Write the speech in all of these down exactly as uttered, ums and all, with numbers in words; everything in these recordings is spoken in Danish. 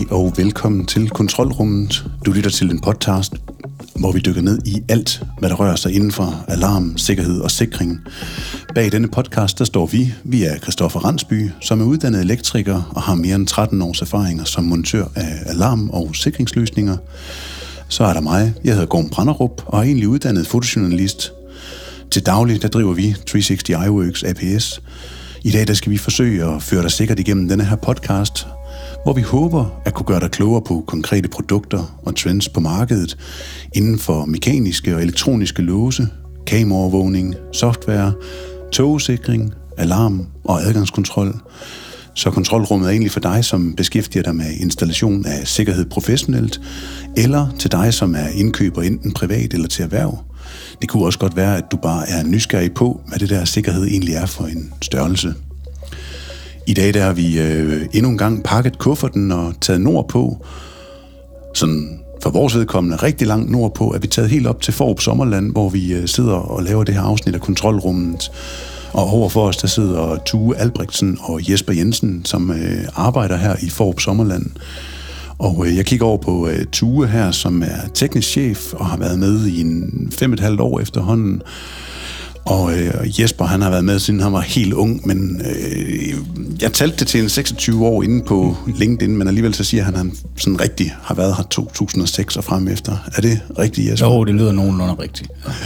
Goddag og velkommen til Kontrolrummet. Du lytter til en podcast, hvor vi dykker ned i alt, hvad der rører sig inden for alarm, sikkerhed og sikring. Bag denne podcast, der står vi. Vi er Christoffer Randsby, som er uddannet elektriker og har mere end tretten års erfaringer som montør af alarm- og sikringsløsninger. Så er der mig. Jeg hedder Gorm Branderup og er egentlig uddannet fotojournalist. Til daglig, der driver vi tre hundrede og tres iWorks A P S. I dag, der skal vi forsøge at føre dig sikkert igennem denne her podcast, hvor vi håber at kunne gøre dig klogere på konkrete produkter og trends på markedet inden for mekaniske og elektroniske låse, kameraovervågning, software, togsikring, alarm og adgangskontrol. Så kontrolrummet er egentlig for dig, som beskæftiger dig med installation af sikkerhed professionelt, eller til dig, som er indkøber enten privat eller til erhverv. Det kunne også godt være, at du bare er nysgerrig på, hvad det der sikkerhed egentlig er for en størrelse. I dag der har vi øh, endnu en gang pakket kufferten og taget nordpå. Sådan for vores vedkommende rigtig langt nordpå er vi taget helt op til Fårup Sommerland, hvor vi øh, sidder og laver det her afsnit af Kontrolrummet. Og overfor os der sidder Tue Albrechtsen og Jesper Jensen, som øh, arbejder her i Fårup Sommerland. Og øh, jeg kigger over på øh, Tue her, som er teknisk chef og har været med i en fem og et halvt år efterhånden. Og øh, Jesper, han har været med, siden han var helt ung, men øh, jeg talte det til en seksogtyve år inde på LinkedIn, men alligevel så siger han, at han sådan rigtig har været her to tusind og seks og frem efter. Er det rigtigt, Jesper? Jo, det lyder nogenlunde rigtigt.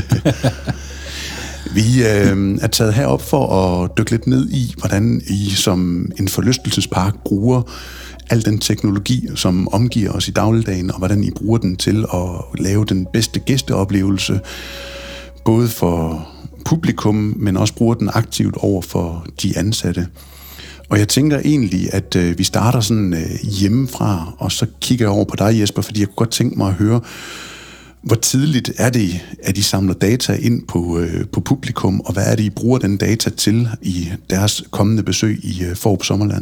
Vi øh, er taget herop for at dykke lidt ned i, hvordan I som en forlystelsespark bruger al den teknologi, som omgiver os i dagligdagen, og hvordan I bruger den til at lave den bedste gæsteoplevelse, både for publikum, men også bruger den aktivt over for de ansatte. Og jeg tænker egentlig, at øh, vi starter sådan øh, hjemmefra, og så kigger jeg over på dig, Jesper, fordi jeg kunne godt tænke mig at høre, hvor tidligt er det, at I samler data ind på, øh, på publikum, og hvad er det, I bruger den data til i deres kommende besøg i øh, Fårup Sommerland?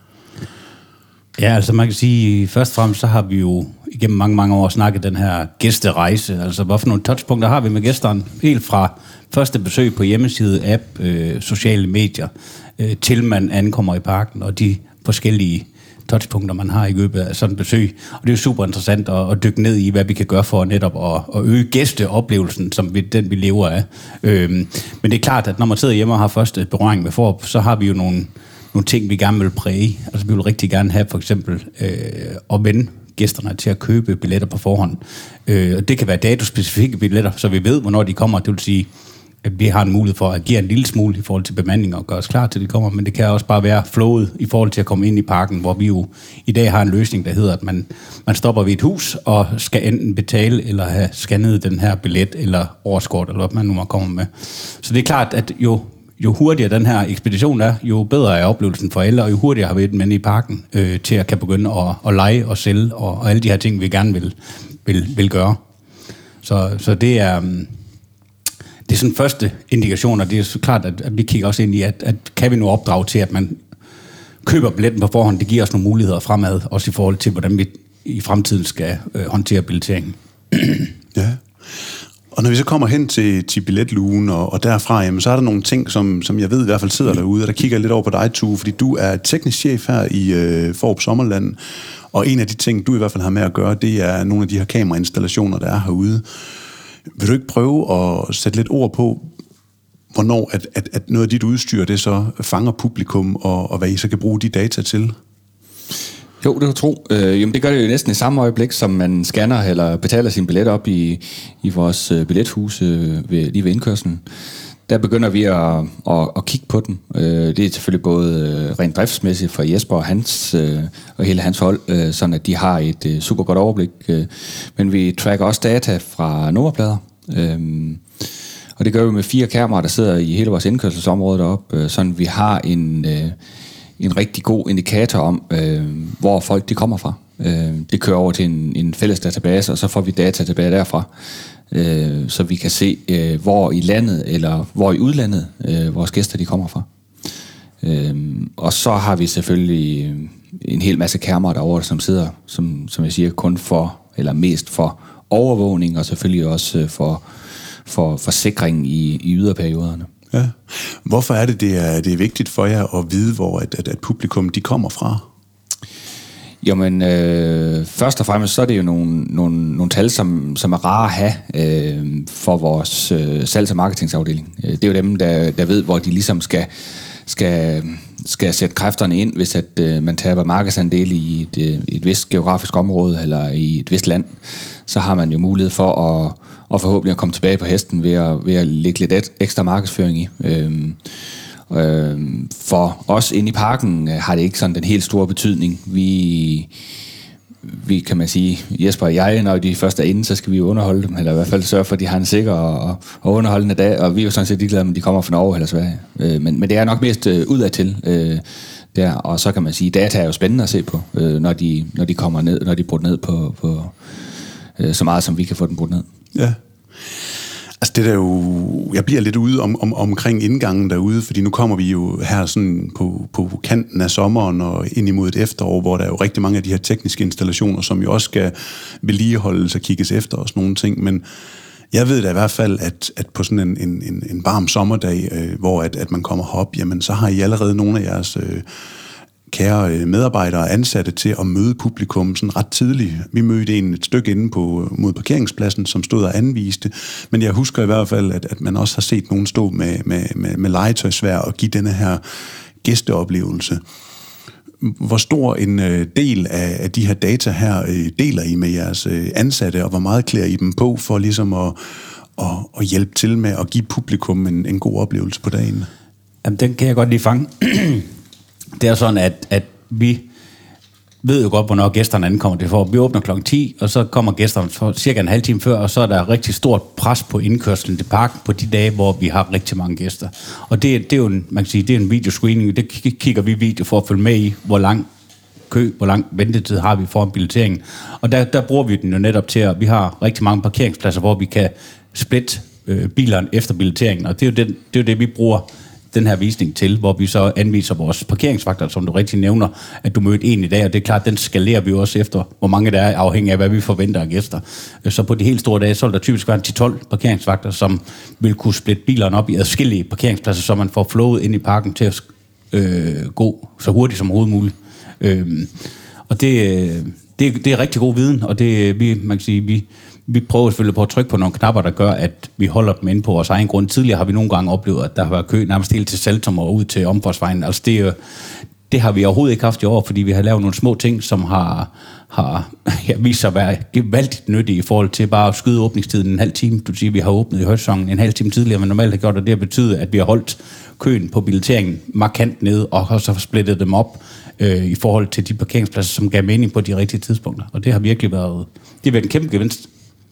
Ja, altså man kan sige, først og fremmest så har vi jo igennem mange, mange år snakket den her gæsterejse. Altså hvad for nogle touchpunkter har vi med gæsterne? Helt fra første besøg på hjemmeside, app, øh, sociale medier, øh, til man ankommer i parken, og de forskellige touchpunkter, man har i løbet af sådan et besøg. Og det er jo super interessant at, at dykke ned i, hvad vi kan gøre for netop at, at øge gæsteoplevelsen, som vi, den vi lever af. Øhm, men det er klart, at når man sidder hjemme og har første berøring med Fårup, så har vi jo nogle, nogle ting, vi gerne vil præge. Altså vi vil rigtig gerne have for eksempel øh, at vende gæsterne til at købe billetter på forhånd. Øh, det kan være datospecifikke billetter, så vi ved, hvornår de kommer. Det vil sige, at vi har en mulighed for at agere en lille smule i forhold til bemanding og gøre os klar til, de kommer, men det kan også bare være flowet i forhold til at komme ind i parken, hvor vi jo i dag har en løsning, der hedder, at man, man stopper ved et hus og skal enten betale eller have scannet den her billet eller årskort, eller hvad man nu må komme med. Så det er klart, at jo, jo hurtigere den her ekspedition er, jo bedre er oplevelsen for alle, og jo hurtigere har vi den med i parken øh, til at kan begynde at, at lege og sælge, og, og alle de her ting, vi gerne vil, vil, vil gøre. Så, så det er... Det er sådan første indikation, og det er så klart, at, at vi kigger også ind i, at, at kan vi nu opdrage til, at man køber billetten på forhånd, det giver os nogle muligheder fremad, også i forhold til, hvordan vi i fremtiden skal øh, håndtere billetteringen. Ja, og når vi så kommer hen til, til billetlugen, og, og derfra, jamen, så er der nogle ting, som, som jeg ved i hvert fald sidder derude, og der kigger lidt over på dig, Tue, fordi du er teknisk chef her i øh, Fårup Sommerland, og en af de ting, du i hvert fald har med at gøre, det er nogle af de her kamerainstallationer, der er herude. Vil du ikke prøve at sætte lidt ord på, hvornår at, at, at noget af dit udstyr, det så fanger publikum, og, og hvad I så kan bruge de data til? Jo, det kan du tro. Øh, jamen, det gør det jo næsten i samme øjeblik, som man scanner eller betaler sin billet op i, i vores billethus øh, ved, lige ved indkørslen. Der begynder vi at, at, at kigge på den. Øh, det er selvfølgelig både rent driftsmæssigt for Jesper og, hans, øh, og hele hans hold, øh, sådan at de har et øh, super godt overblik. Øh, men vi tracker også data fra nummerplader. Øh, og det gør vi med fire kameraer, der sidder i hele vores indkørselsområde deroppe, øh, sådan vi har en, øh, en rigtig god indikator om, øh, hvor folk de kommer fra. Øh, det kører over til en, en fælles database, og så får vi data tilbage derfra. Øh, så vi kan se, øh, hvor i landet eller hvor i udlandet øh, vores gæster de kommer fra. Øh, og så har vi selvfølgelig en hel masse kameraer derovre, som sidder, som, som jeg siger, kun for, eller mest for overvågning, og selvfølgelig også for, for, for sikring i, i yderperioderne. Ja. Hvorfor er det, det er, det er vigtigt for jer at vide, hvor at, at, at publikum de kommer fra? Jamen, øh, først og fremmest så er det jo nogle, nogle, nogle tal, som, som er rare at have øh, for vores øh, salgs- og marketingsafdeling. Det er jo dem, der, der ved, hvor de ligesom skal, skal, skal sætte kræfterne ind, hvis at, øh, man taber markedsandel i et, øh, et vist geografisk område eller i et vist land. Så har man jo mulighed for at, at forhåbentlig at komme tilbage på hesten ved at, ved at lægge lidt ekstra markedsføring i. Øh, Øh, for os inde i parken har det ikke sådan den helt store betydning. Vi, vi kan man sige, Jesper og jeg, når de først er inde, så skal vi jo underholde dem, eller i hvert fald sørge for, at de har en sikker og, og underholdende dag, og vi er jo sådan set ligeglade, om de kommer fra Norge eller Sverige. Øh, men, men det er nok mest øh, udadtil øh, der, og så kan man sige, data er jo spændende at se på, øh, når, de, når de kommer ned, når de bruger ned på, på øh, så meget, som vi kan få den brugt ned. Ja. Altså det der jo, jeg bliver lidt ude om, om, omkring indgangen derude, fordi nu kommer vi jo her sådan på, på kanten af sommeren og ind imod et efterår, hvor der er jo rigtig mange af de her tekniske installationer, som jo også skal vedligeholdes og kigges efter og sådan nogle ting, men jeg ved da i hvert fald, at, at på sådan en, en, en varm sommerdag, øh, hvor at, at man kommer herop, jamen så har I allerede nogle af jeres øh, kære medarbejdere og ansatte til at møde publikum sådan ret tidligt. Vi mødte en et stykke inde på, mod parkeringspladsen, som stod og anviste, men jeg husker i hvert fald, at, at man også har set nogen stå med, med, med, med legetøjsvær og give denne her gæsteoplevelse. Hvor stor en del af, af de her data her deler I med jeres ansatte, og hvor meget klæder I dem på for ligesom at, at, at hjælpe til med at give publikum en, en god oplevelse på dagen? Jamen, den kan jeg godt lige fange. Det er sådan, at, at vi ved jo godt, hvornår gæsterne ankommer. Det for, vi åbner klokken ti, og så kommer gæsterne for cirka en halv time før, og så er der rigtig stort pres på indkørslen til parken på de dage, hvor vi har rigtig mange gæster. Og det, det er jo en, man kan sige, det er en videoscreening. Det kigger vi video for at følge med i, hvor lang kø, hvor lang ventetid har vi foran billeteringen. Og der, der bruger vi den jo netop til, at vi har rigtig mange parkeringspladser, hvor vi kan splitte øh, bilerne efter billetteringen. Og det er jo det, det, er jo det vi bruger den her visning til, hvor vi så anviser vores parkeringsvagter, som du rigtig nævner, at du mødte en i dag, og det er klart, den skalerer vi også efter, hvor mange der er, afhængig af, hvad vi forventer af gæster. Så på de helt store dage, så vil der typisk være ti til tolv parkeringsvagter, som vil kunne splitte bilerne op i adskillige parkeringspladser, så man får flowet ind i parken til at øh, gå så hurtigt som overhovedet muligt. Øh, og det, det, det er rigtig god viden, og det, vi, man kan sige, vi Vi prøver selvfølgelig på at trykke på nogle knapper, der gør, at vi holder dem inde på vores egen grund. Tidligere har vi nogle gange oplevet, at der har været kø nærmest helt til Saltum og ud til omfartsvejen. Altså det, det har vi overhovedet ikke haft i år, fordi vi har lavet nogle små ting, som har, har ja, vist sig at være gevaldigt nyttige i forhold til bare at skyde åbningstiden en halv time. Du siger, vi har åbnet i højsæsonen en halv time tidligere, men normalt har gjort, og det har betydet, at vi har holdt køen på billetteringen markant ned, og så splittet dem op øh, i forhold til de parkeringspladser, som gav mening på de rigtige tidspunkter. Og det har virkelig været, det har været en kæmpe gevinst.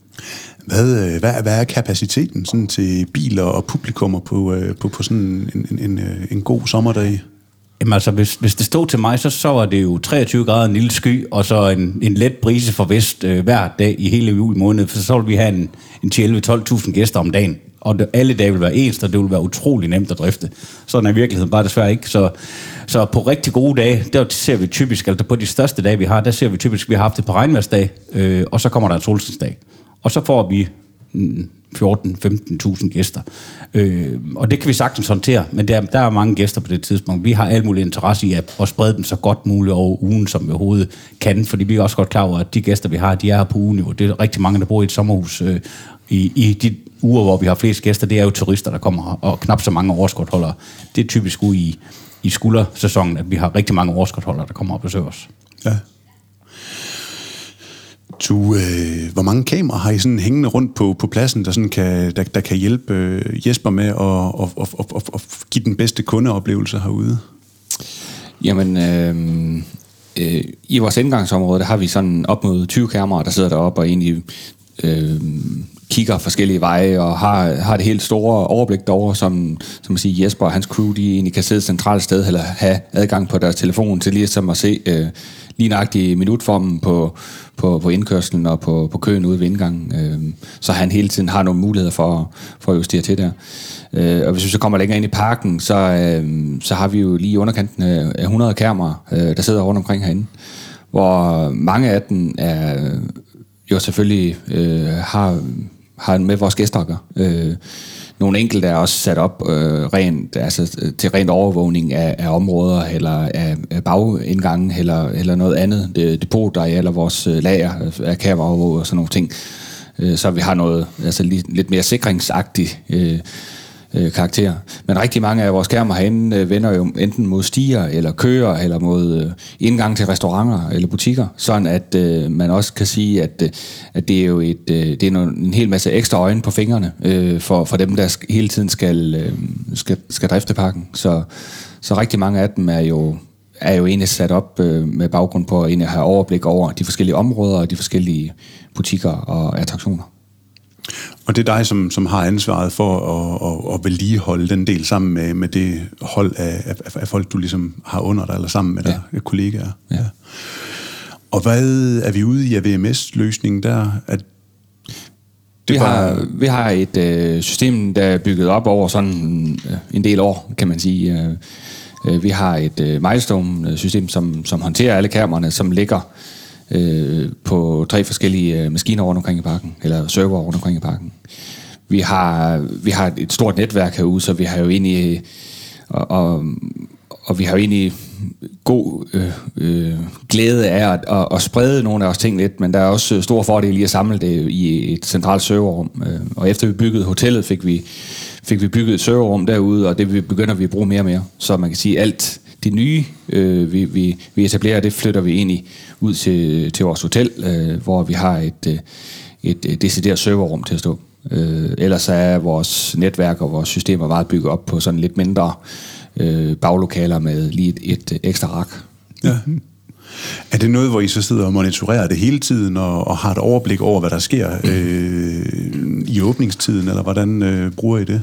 Hvad, hvad, hvad er kapaciteten sådan, til biler og publikummer på, på, på sådan en, en, en, en god sommerdag? Jamen altså, hvis, hvis det stod til mig, så, så var det jo treogtyve grader, en lille sky, og så en, en let brise for vest øh, hver dag i hele juli måned, for så ville vi have en, en ti til elleve til tolv tusind gæster om dagen. Og det, alle dage vil være ens, og det vil være utrolig nemt at drifte. Sådan er i virkeligheden bare desværre ikke. Så, så på rigtig gode dage, der ser vi typisk, altså på de største dage, vi har, der ser vi typisk, vi har haft det på regnværsdag, øh, og så kommer der en solskinsdag. Og så får vi fjorten til femten tusind gæster. Øh, og det kan vi sagtens håndtere, men der, der er mange gæster på det tidspunkt. Vi har alle mulige interesse i at, at sprede dem så godt muligt over ugen, som vi overhovedet kan, fordi vi er også godt klar over, at de gæster, vi har, de er her på ugeniveau. Det er rigtig mange, der bor i et sommerhus. Øh, i, I de uger, hvor vi har flest gæster, det er jo turister, der kommer, og knap så mange overskudholdere. Det er typisk ude i, i skuldersæsonen, at vi har rigtig mange overskudholdere, der kommer og besøger os. Ja. Du, øh, hvor mange kameraer har I sådan hængende rundt på, på pladsen, der, sådan kan, der, der kan hjælpe øh, Jesper med at og, og, og, og, og give den bedste kundeoplevelse herude? Jamen, øh, øh, i vores indgangsområde, der har vi sådan op mod tyve kameraer, der sidder deroppe og egentlig øh, kigger forskellige veje og har, har det helt store overblik derovre, som, som at sige, Jesper og hans crew, de egentlig kan sidde et centralt sted eller have adgang på deres telefon til lige som at se øh, lige nøjagtigt minutformen på, på, på indkørslen og på, på køen ude ved indgangen, øh, så han hele tiden har nogle muligheder for, for at justere til der. Øh, og hvis vi så kommer længere ind i parken, så, øh, så har vi jo lige i underkanten af hundrede kameraer, øh, der sidder rundt omkring herinde, hvor mange af dem er jo selvfølgelig øh, har, har med vores gæster at gøre. Øh, nogle enkelte er også sat op øh, rent, altså, til rent overvågning af, af områder, eller af, af bagindgangen, eller, eller noget andet. Det, depoter eller vores lager af kameraovervåg og sådan nogle ting. Øh, så vi har noget altså, lidt, lidt mere sikringsagtigt øh, øh, karakter. Men rigtig mange af vores skærmer herinde øh, vender jo enten mod stier, eller køer, eller mod øh, indgang til restauranter eller butikker, sådan at øh, man også kan sige, at, øh, at det er jo et, øh, det er noget, en hel masse ekstra øjne på fingrene øh, for, for dem, der sk- hele tiden skal, øh, skal, skal drifte parken. Så, så rigtig mange af dem er jo, er jo egentlig sat op øh, med baggrund på at egentlig have overblik over de forskellige områder og de forskellige butikker og attraktioner. Og det er dig, som, som har ansvaret for at, at, at vedligeholde den del sammen med, med det hold af, af, af folk, du ligesom har under dig, eller sammen med dig, ja. kollegaer. Ja. Og hvad er vi ude i af V M S-løsningen der? At det vi, har, var... vi har et øh, system, der er bygget op over sådan øh, en del år, kan man sige. Øh, vi har et øh, milestone-system, som, som håndterer alle kameraerne, som ligger Øh, på tre forskellige øh, maskiner rundt omkring i parken, eller server rundt omkring i parken. Vi har, vi har et stort netværk herude, så vi har jo egentlig og, og, og vi har jo egentlig god øh, øh, glæde af at, at, at sprede nogle af vores ting lidt, men der er også store fordele i at samle det i et centralt serverrum. Og efter vi byggede hotellet, fik vi, fik vi bygget et serverrum derude, og det begynder vi at bruge mere og mere. Så man kan sige, alt det nye, øh, vi, vi, vi etablerer, det flytter vi egentlig ud til, til vores hotel, øh, hvor vi har et, et, et decideret serverrum til at stå. Øh, ellers er vores netværk og vores systemer meget bygget op på sådan lidt mindre øh, baglokaler med lige et, et ekstra rak. Ja. Er det noget, hvor I så sidder og monitorerer det hele tiden og, og har et overblik over, hvad der sker øh, i åbningstiden, eller hvordan øh, bruger I det?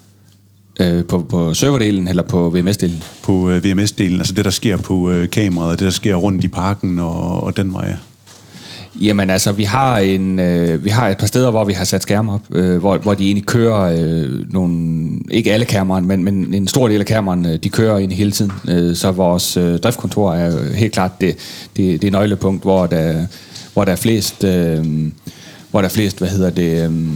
Øh, på, på serverdelen eller på V M S-delen? På øh, V M S-delen, altså det, der sker på øh, kameraet, det, der sker rundt i parken og, og den vej. Jamen altså, vi har, en, øh, vi har et par steder, hvor vi har sat skærme op, øh, hvor, hvor de egentlig kører øh, nogle, ikke alle kameraerne, men, men en stor del af kameraerne, de kører ind hele tiden. Øh, så vores øh, driftkontor er helt klart det, det, det nøglepunkt, hvor der, hvor der er flest, øh, hvor der er flest, hvad hedder det... Øh,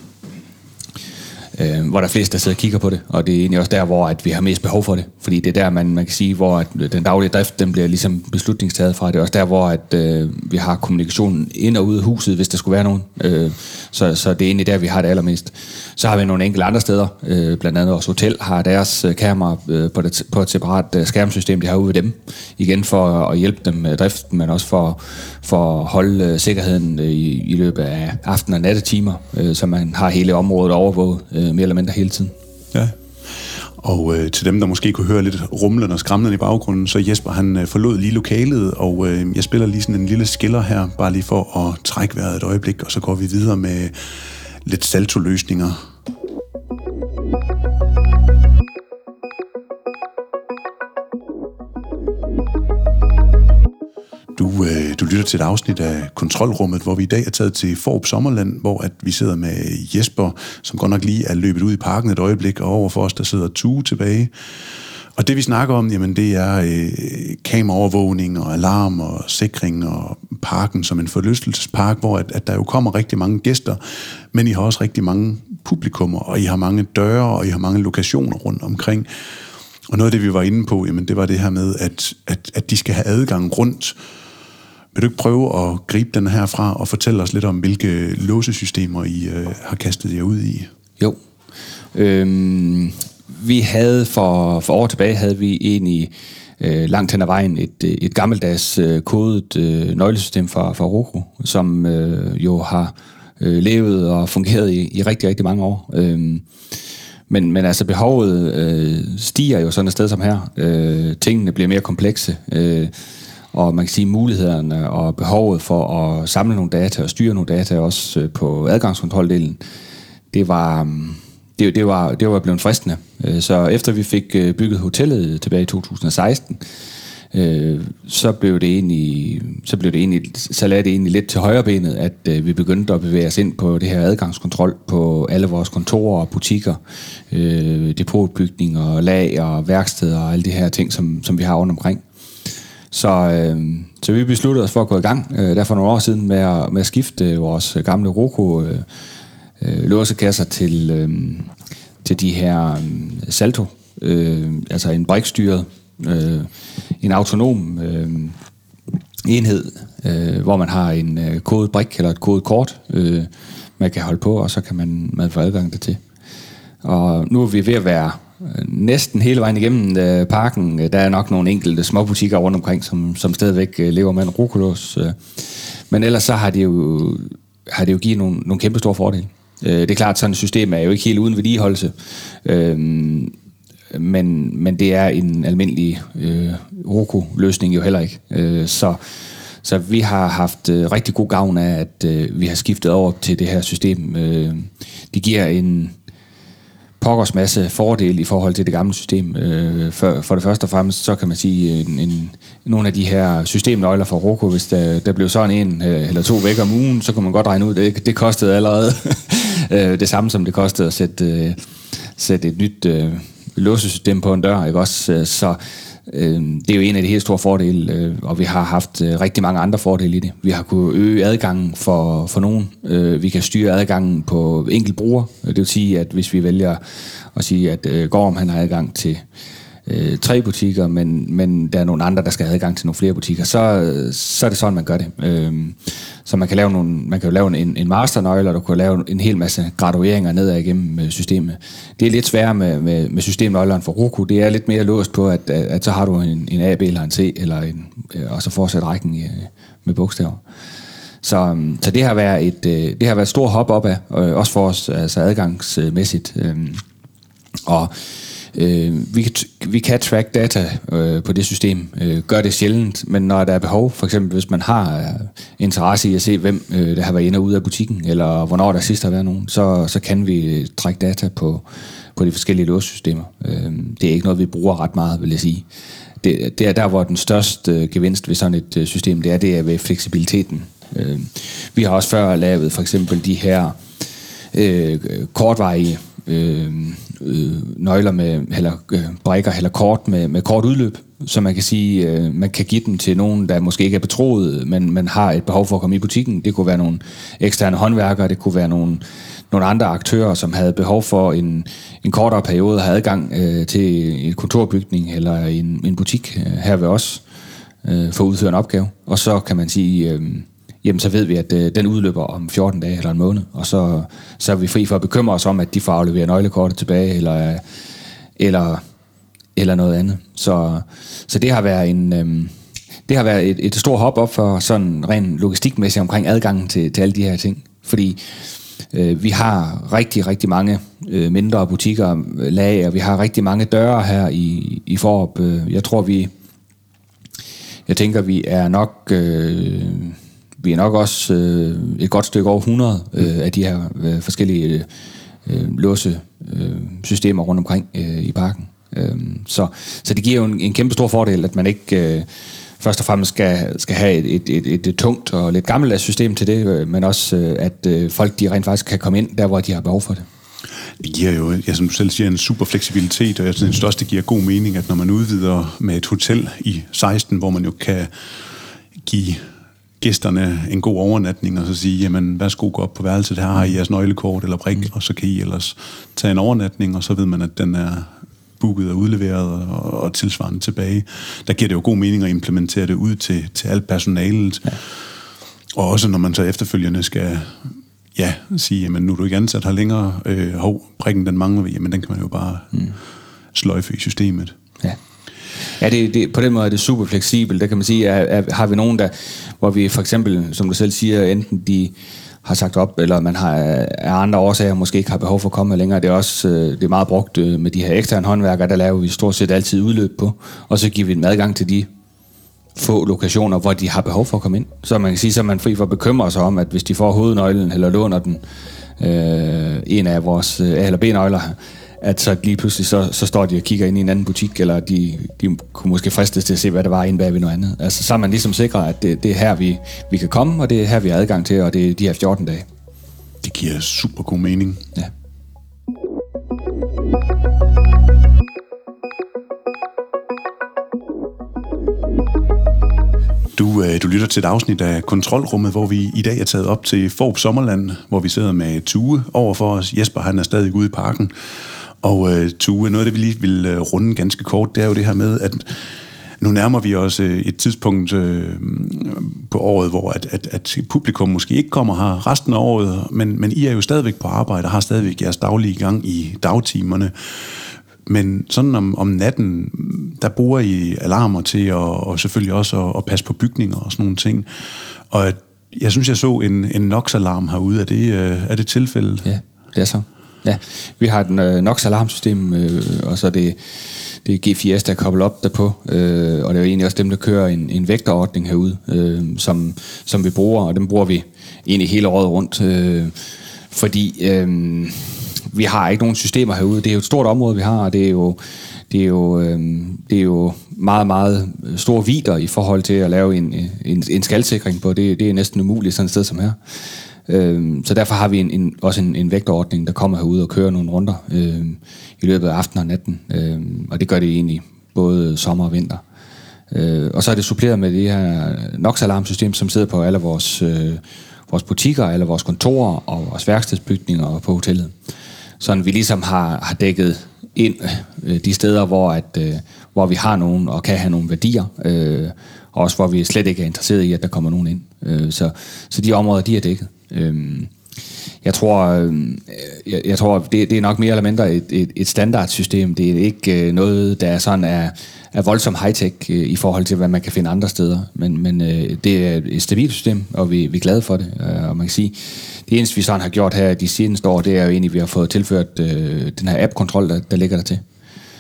Øh, hvor der er flest, der sidder og kigger på det, og det er egentlig også der, hvor at vi har mest behov for det, fordi det er der, man, man kan sige, hvor at den daglige drift, den bliver ligesom beslutningstaget fra. Det er også der, hvor at, øh, vi har kommunikationen ind og ud af huset, hvis der skulle være nogen. Øh, så, så det er egentlig der, vi har det allermest. Så har vi nogle enkelte andre steder, øh, blandt andet vores hotel har deres øh, kamera øh, på, det, på et separat øh, skærmsystem, de har ude ved dem, igen for at hjælpe dem med driften, men også for, for at holde øh, sikkerheden øh, i, i løbet af aften- og nattetimer, øh, så man har hele området overvåget øh, mere eller mindre hele tiden. Ja. Og øh, til dem, der måske kunne høre lidt rumlen og skramlen i baggrunden, så Jesper, han øh, forlod lige lokalet, og øh, jeg spiller lige sådan en lille skiller her, bare lige for at trække vejret et øjeblik, og så går vi videre med lidt salto-løsninger. Du, øh, du lytter til et afsnit af Kontrolrummet, hvor vi i dag er taget til Fårup Sommerland, hvor at vi sidder med Jesper, som godt nok lige er løbet ud i parken et øjeblik, og over for os, der sidder Tue tilbage. Og det vi snakker om, jamen det er øh, kameraovervågning og alarm og sikring og parken som en forlystelsespark, hvor at, at der jo kommer rigtig mange gæster, men I har også rigtig mange publikummer, og I har mange døre, og I har mange lokationer rundt omkring. Og noget af det, vi var inde på, jamen det var det her med, at, at, at de skal have adgang rundt. Vil du ikke prøve at gribe den her fra og fortælle os lidt om, hvilke låsesystemer I øh, har kastet jer ud i? Jo. Øhm, vi havde for, for år tilbage, havde vi egentlig øh, langt hen ad vejen et, et gammeldags øh, kodet øh, nøglesystem fra, fra Roku, som øh, jo har øh, levet og fungeret i, i rigtig, rigtig mange år. Øhm, men, men altså behovet øh, stiger jo sådan et sted som her. Øh, tingene bliver mere komplekse. Øh, Og man kan sige, mulighederne og behovet for at samle nogle data og styre nogle data også på adgangskontroldelen, det var, det, det var, det var blevet fristende. Så efter vi fik bygget hotellet tilbage i to tusind og seksten, så blev det egentlig, så blev det egentlig, så lagde det egentlig lidt til højrebenet, at vi begyndte at bevæge os ind på det her adgangskontrol på alle vores kontorer og butikker, depotbygninger, lager, værksteder og alle de her ting, som, som vi har rundt omkring. Så, øh, så vi besluttede os for at gå i gang øh, der for nogle år siden med at, med at skifte vores gamle Roku øh, øh, låsekasser til, øh, til de her øh, Salto, øh, altså en brikstyret, øh, en autonom øh, enhed, øh, hvor man har en øh, kodet brik eller et kodet kort, øh, man kan holde på, og så kan man, man få adgang dertil. Og nu er vi ved at være næsten hele vejen igennem øh, parken. Der er nok nogle enkelte småbutikker rundt omkring, som, som stadigvæk øh, lever med en rokolås. Øh. Men ellers så har det jo, har det jo givet nogle, nogle kæmpe store fordele. Øh, det er klart, at sådan et system er jo ikke helt uden vedligeholdelse. Øh, men, men det er en almindelig øh, Roku-løsning jo heller ikke. Øh, så, så vi har haft øh, rigtig god gavn af, at øh, vi har skiftet over til det her system. Øh, det giver en pokkers masse fordel i forhold til det gamle system. Øh, for, for det første og fremmest, så kan man sige, en, en, nogle af de her systemnøgler for Roku, hvis der, der blev sådan en øh, eller to væk om ugen, så kunne man godt regne ud, det, det kostede allerede øh, det samme, som det kostede at sætte, øh, sætte et nyt øh, låsesystem på en dør, ikke også? Så øh, det er jo en af de helt store fordele, øh, og vi har haft øh, rigtig mange andre fordele i det. Vi har kunnet øge adgangen for, for nogen. Øh, vi kan styre adgangen på enkelt bruger. Det vil sige, at hvis vi vælger at sige, at øh, Gorm han har adgang til øh, tre butikker, men, men der er nogle andre, der skal have adgang til nogle flere butikker, så, så er det sådan, man gør det. Øh, så man kan lave nogle, man kan jo lave en, en masternøgle, og du kan lave en hel masse gradueringer nedad igennem systemet. Det er lidt sværere med, med, med systemnøglerne for Roku. Det er lidt mere låst på, at, at, at så har du en, en A, B eller en C, eller en, og så fortsætter rækken med bogstaver. Så, så det har været et, det har været et stort hop op af, også for os, altså adgangsmæssigt. Og Øh, vi, kan, vi kan track data øh, på det system, øh, gør det sjældent, men når der er behov, for eksempel hvis man har øh, interesse i at se, hvem øh, der har været inde og ude af butikken, eller hvornår der sidst har været nogen, så, så kan vi trække data på, på de forskellige låssystemer. Øh, det er ikke noget, vi bruger ret meget, vil jeg sige. Det, det er der, hvor den største øh, gevinst ved sådan et øh, system, det er, det er ved fleksibiliteten. Øh, vi har også før lavet for eksempel de her øh, kortvarige Øh, øh, nøgler med, eller øh, brikker eller kort med, med kort udløb, så man kan sige, øh, man kan give dem til nogen, der måske ikke er betroet, men man har et behov for at komme i butikken. Det kunne være nogle eksterne håndværkere, det kunne være nogle, nogle andre aktører, som havde behov for en, en kortere periode at have adgang øh, til en kontorbygning eller en, en butik øh, her ved os øh, for at udføre en opgave. Og så kan man sige, øh, jamen så ved vi, at øh, den udløber om fjorten dage eller en måned, og så, så er vi fri for at bekymre os om, at de får afleveret nøglekortet tilbage, eller, eller, eller noget andet. Så, så det har været en... Øh, det har været et, et stort hop op for sådan ren logistikmæssigt omkring adgangen til, til alle de her ting. Fordi øh, vi har rigtig, rigtig mange øh, mindre butikker, lager, vi har rigtig mange døre her i, i Fårup. Jeg tror, vi... Jeg tænker, vi er nok... Øh, Vi er nok også øh, et godt stykke over hundrede øh, af de her øh, forskellige øh, låsesystemer rundt omkring øh, i parken. Øh, så, så det giver jo en, en kæmpe stor fordel, at man ikke øh, først og fremmest skal, skal have et, et, et, et, et tungt og lidt gammeldags system til det, øh, men også øh, at øh, folk de rent faktisk kan komme ind der, hvor de har behov for det. Det giver jo, ja, som du selv siger, en super fleksibilitet, og jeg synes også, det giver god mening, at når man udvider med et hotel i seksten, hvor man jo kan give gæsterne en god overnatning, og så sige, jamen, værsgo, gå op på værelset, her har I jeres nøglekort eller brik, og så kan I ellers tage en overnatning, og så ved man, at den er booket og udleveret og, og tilsvarende tilbage. Der giver det jo god mening at implementere det ud til, til alt personalet. Ja. Og også når man så efterfølgende skal ja, sige, jamen, nu er du ikke ansat her længere, øh, hov, brikken den mangler vi, jamen den kan man jo bare mm. sløjfe i systemet. Ja. Ja, det, det, på den måde er det super fleksibelt. Der kan man sige, at, at har vi nogen, der, hvor vi for eksempel, som du selv siger, enten de har sagt op, eller man har af andre årsager måske ikke har behov for at komme længere. Det er også det er meget brugt med de her eksterne håndværkere, der laver vi stort set altid udløb på, og så giver vi dem adgang til de få lokationer, hvor de har behov for at komme ind. Så man kan sige, så er man fri for at bekymre sig om, at hvis de får hovednøglen, eller låner den, øh, en af vores A eller B-nøgler, at så lige pludselig så, så står de og kigger ind i en anden butik, eller de, de kunne måske fristes til at se, hvad der var inde bag ved noget andet. Altså så er man ligesom sikret, at det, det er her, vi, vi kan komme, og det er her, vi har adgang til, og det er de her fjorten dage. Det giver super god mening. Ja. Du, øh, du lytter til et afsnit af Kontrolrummet, hvor vi i dag er taget op til Fårup Sommerland, hvor vi sidder med Tue over for os. Jesper, han er stadig ude i parken. Og øh, Tue, noget af det, vi lige vil øh, runde ganske kort, det er jo det her med, at nu nærmer vi os øh, et tidspunkt øh, på året, hvor at, at, at publikum måske ikke kommer her resten af året, men, men I er jo stadigvæk på arbejde og har stadigvæk jeres daglige gang i dagtimerne. Men sådan om, om natten, der bruger I alarmer til, og, og selvfølgelig også at, at passe på bygninger og sådan nogle ting. Og jeg synes, jeg så en, en N O X-alarm herude. Er det, er det tilfældet? Ja, det er så. Ja, vi har et uh, N O X-alarmsystem, øh, og så er det, det er G fire S, der er koblet op derpå. Øh, og det er jo egentlig også dem, der kører en, en vægterordning herude, øh, som, som vi bruger, og dem bruger vi egentlig hele året rundt. Øh, fordi øh, vi har ikke nogen systemer herude. Det er jo et stort område, vi har, og det er jo, det er jo, øh, det er jo meget, meget store vidder i forhold til at lave en, en, en skalsikring på. Det, det er næsten umuligt sådan et sted som her. Øh, så derfor har vi en, en, også en, en vægterordning, der kommer herude og kører nogle runder øh, i løbet af aftenen og natten. Øh, og det gør det egentlig både sommer og vinter. Øh, og så er det suppleret med det her N O X-alarmsystem, som sidder på alle vores, øh, vores butikker, alle vores kontorer og vores værkstedsbygninger og på hotellet. Sådan vi ligesom har, har dækket ind øh, de steder, hvor, at, øh, hvor vi har nogen og kan have nogle værdier, øh, og også hvor vi slet ikke er interesseret i, at der kommer nogen ind. Øh, så, så de områder, de er dækket. Øh, jeg tror, øh, jeg, jeg tror det, det er nok mere eller mindre et, et, et standardsystem. Det er ikke øh, noget, der sådan er, er voldsomt high-tech øh, i forhold til, hvad man kan finde andre steder. Men, men øh, det er et stabilt system, og vi, vi er glade for det. Øh, og man kan sige, det eneste, vi sådan har gjort her de seneste år, det er jo egentlig, at vi har fået tilført øh, den her app-kontrol, der, der ligger der til.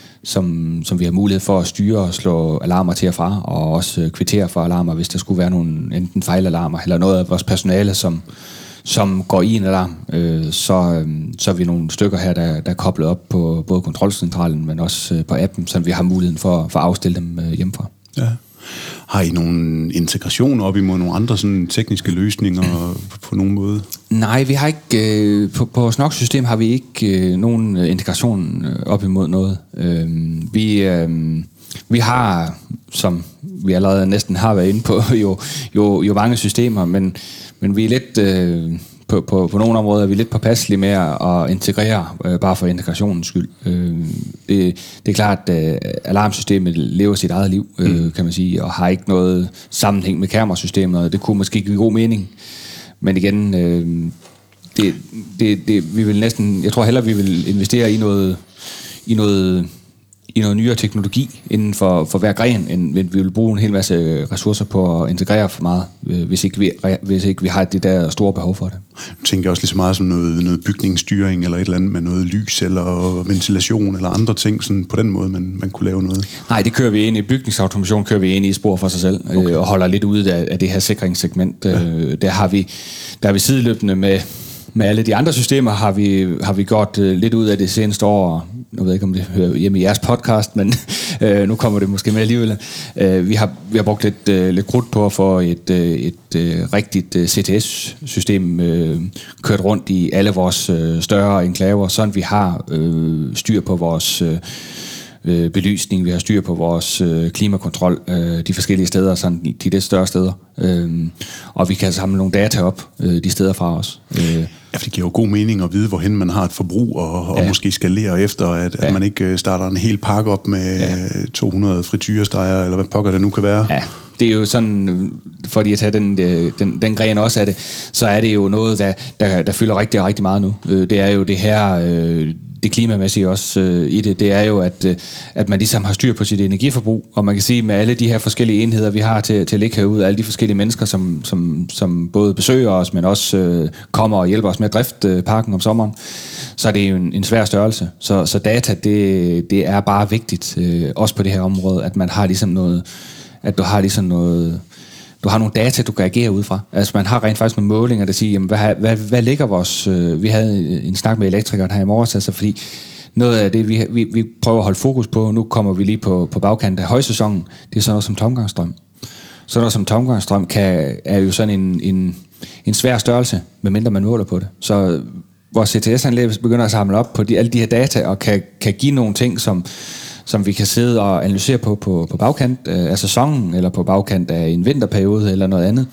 Som, som vi har mulighed for at styre og slå alarmer til og fra, og også øh, kvittere for alarmer, hvis der skulle være nogle enten fejlalarmer, eller noget af vores personale, som, som går i en alarm. Øh, så, øh, så er vi nogle stykker her, der, der er koblet op på både kontrolcentralen, men også øh, på appen, så vi har muligheden for, for at afstille dem øh, hjemmefra. Ja. Har I nogle integrationer op imod nogle andre sådan tekniske løsninger på nogen måde? Nej, vi har ikke øh, på, på vores N O X-system har vi ikke øh, nogen integration op imod noget. Øh, vi øh, vi har, som vi allerede næsten har været inde på, jo jo jo mange systemer, men men vi er lidt øh, på, på, på nogle områder er vi lidt påpasselige med at integrere, øh, bare for integrationens skyld. Øh, det, det er klart, at øh, alarmsystemet lever sit eget liv, øh, mm. kan man sige, og har ikke noget sammenhæng med kamerasystemet, og det kunne måske give god mening. Men igen, øh, det, det, det, vi vil næsten, jeg tror hellere, vi vil investere i noget, i noget, i noget nyere teknologi inden for, for hver gren, end vi vil bruge en hel masse ressourcer på at integrere for meget, hvis ikke vi, hvis ikke vi har det der store behov for det. Jeg tænker også lige så meget som noget, noget bygningsstyring eller et eller andet med noget lys eller ventilation eller andre ting, sådan på den måde, man, man kunne lave noget. Nej, det kører vi ind i. Bygningsautomation kører vi ind i spor for sig selv, okay. øh, og holder lidt ude af, af det her sikringssegment. Ja. Øh, der har vi, der har vi sideløbende med Med alle de andre systemer har vi, har vi gjort uh, lidt ud af det seneste år. Nu ved jeg ikke, om det hører hjemme i jeres podcast, men uh, nu kommer det måske med alligevel. Uh, vi, har, vi har brugt lidt, uh, lidt krudt på at få et, uh, et uh, rigtigt uh, C T S-system uh, kørt rundt i alle vores uh, større enklaver, sådan vi har uh, styr på vores uh, belysning, vi har styr på vores øh, klimakontrol øh, de forskellige steder, sådan de lidt større steder. Øh, og vi kan samle nogle data op øh, de steder fra os. Øh. Ja, for det giver jo god mening at vide, hvorhen man har et forbrug, og, og ja. måske skalere efter, at, ja. at man ikke starter en hel pakke op med ja. to hundrede frityresteger, eller hvad pokker det nu kan være. Ja. Det er jo sådan, fordi at tage den, den, den gren også af det, så er det jo noget, der, der, der fylder rigtig, rigtig meget nu. Det er jo det her, det klimamæssige også i det, det er jo, at, at man ligesom har styr på sit energiforbrug, og man kan sige, med alle de her forskellige enheder, vi har til, til at ligge herude, alle de forskellige mennesker, som, som, som både besøger os, men også kommer og hjælper os med at drifte parken om sommeren, så er det jo en, en svær størrelse. Så, så data, det, det er bare vigtigt, også på det her område, at man har ligesom noget, at du har ligesom noget, du har nogle data, du kan agere ud fra. Altså man har rent faktisk nogle målinger, der siger, jamen, hvad, hvad, hvad ligger vores... Øh, vi havde en snak med elektrikeren her i morges, altså fordi noget af det, vi, vi, vi prøver at holde fokus på, nu kommer vi lige på, på bagkanten af højsæsonen, det er sådan noget som tomgangsstrøm. Sådan noget som tomgangsstrøm kan, er jo sådan en, en, en svær størrelse, medmindre man måler på det. Så vores C T S-anlæg begynder at samle op på de, alle de her data, og kan, kan give nogle ting, som... som vi kan sidde og analysere på på, på bagkant af sæsonen, eller på bagkant af en vinterperiode, eller noget andet.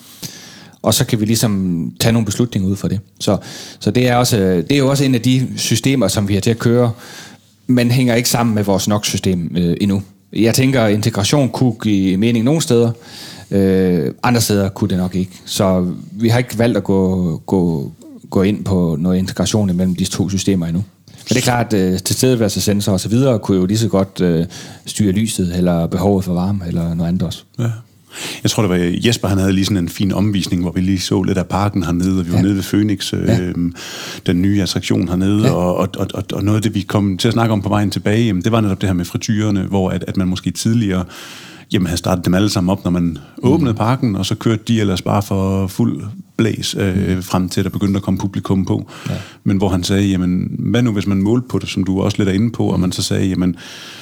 Og så kan vi ligesom tage nogle beslutninger ud fra det. Så, så det, er også, det er jo også en af de systemer, som vi har til at køre men hænger ikke sammen med vores N O X-system øh, endnu. Jeg tænker, at integration kunne give mening nogle steder, øh, andre steder kunne det nok ikke. Så vi har ikke valgt at gå, gå, gå ind på noget integration imellem disse to systemer endnu. Men det er klart, at øh, tilstedeværelsessensor og så videre kunne jo lige så godt øh, styre lyset, eller behovet for varme, eller noget andet også. Ja. Jeg tror, det var Jesper, han havde lige sådan en fin omvisning, hvor vi lige så lidt af parken hernede, og vi var ja. nede ved Phoenix, øh, ja. den nye attraktion hernede, ja. og, og, og, og noget af det, vi kom til at snakke om på vejen tilbage, jamen, det var netop det her med frityrerne, hvor at, at man måske tidligere jamen, havde startet dem alle sammen op, når man mm. åbnede parken, og så kørte de ellers bare for fuld blæs øh, frem til, at der begyndte at komme publikum på. Ja. Men hvor han sagde, jamen, hvad nu hvis man målte på det, som du også lidt er inde på, og man så sagde, jamen,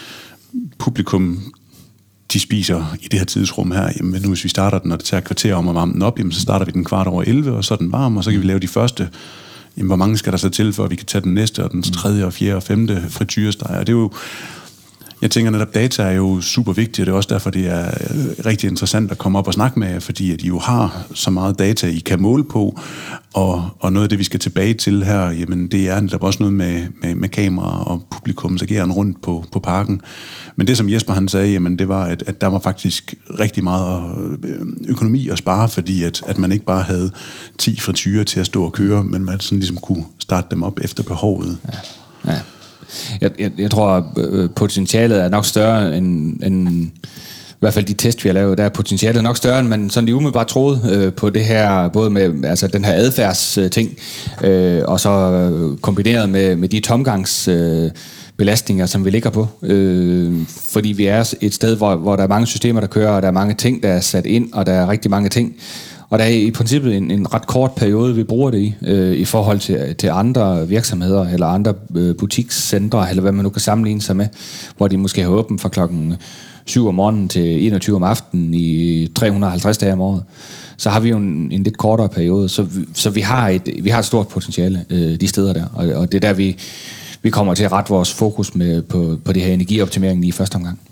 publikum, de spiser i det her tidsrum her, jamen nu hvis vi starter den, og det tager et kvarter om at varme den op, jamen så starter vi den kvart over elleve, og så er den varm, og så kan vi lave de første, jamen hvor mange skal der så til, for at vi kan tage den næste, og den tredje, og fjerde, og femte frityresteg, og det er jo, jeg tænker netop, data er jo super vigtigt, og det er også derfor, det er rigtig interessant at komme op og snakke med jer, fordi at I jo har så meget data, I kan måle på, og, og noget af det, vi skal tilbage til her, jamen det er netop også noget med, med, med kameraer og publikums ageren rundt på, på parken. Men det, som Jesper han sagde, jamen det var, at, at der var faktisk rigtig meget økonomi at spare, fordi at, at man ikke bare havde ti frityrer til at stå og køre, men man sådan ligesom kunne starte dem op efter behovet. Ja, ja. Jeg, jeg, jeg tror, øh, potentialet er nok større end, end i hvert fald de test, vi har lavet, der er potentialet nok større, end man sådan lige umiddelbart troede øh, på det her, både med altså den her adfærdsting, øh, og så øh, kombineret med, med de tomgangs øh, belastninger, som vi ligger på. Øh, fordi vi er et sted, hvor, hvor der er mange systemer, der kører, og der er mange ting, der er sat ind, og der er rigtig mange ting. Og der er i princippet en, en ret kort periode, vi bruger det i, øh, i forhold til, til andre virksomheder, eller andre øh, butikscentre, eller hvad man nu kan sammenligne sig med, hvor de måske har åbent fra klokken syv om morgenen til enogtyve om aftenen i tre hundrede og halvtreds dage om året. Så har vi jo en, en lidt kortere periode, så vi, så vi, har, et, vi har et stort potentiale øh, de steder der, og, og det er der, vi, vi kommer til at rette vores fokus med, på, på det her energioptimering i første omgang.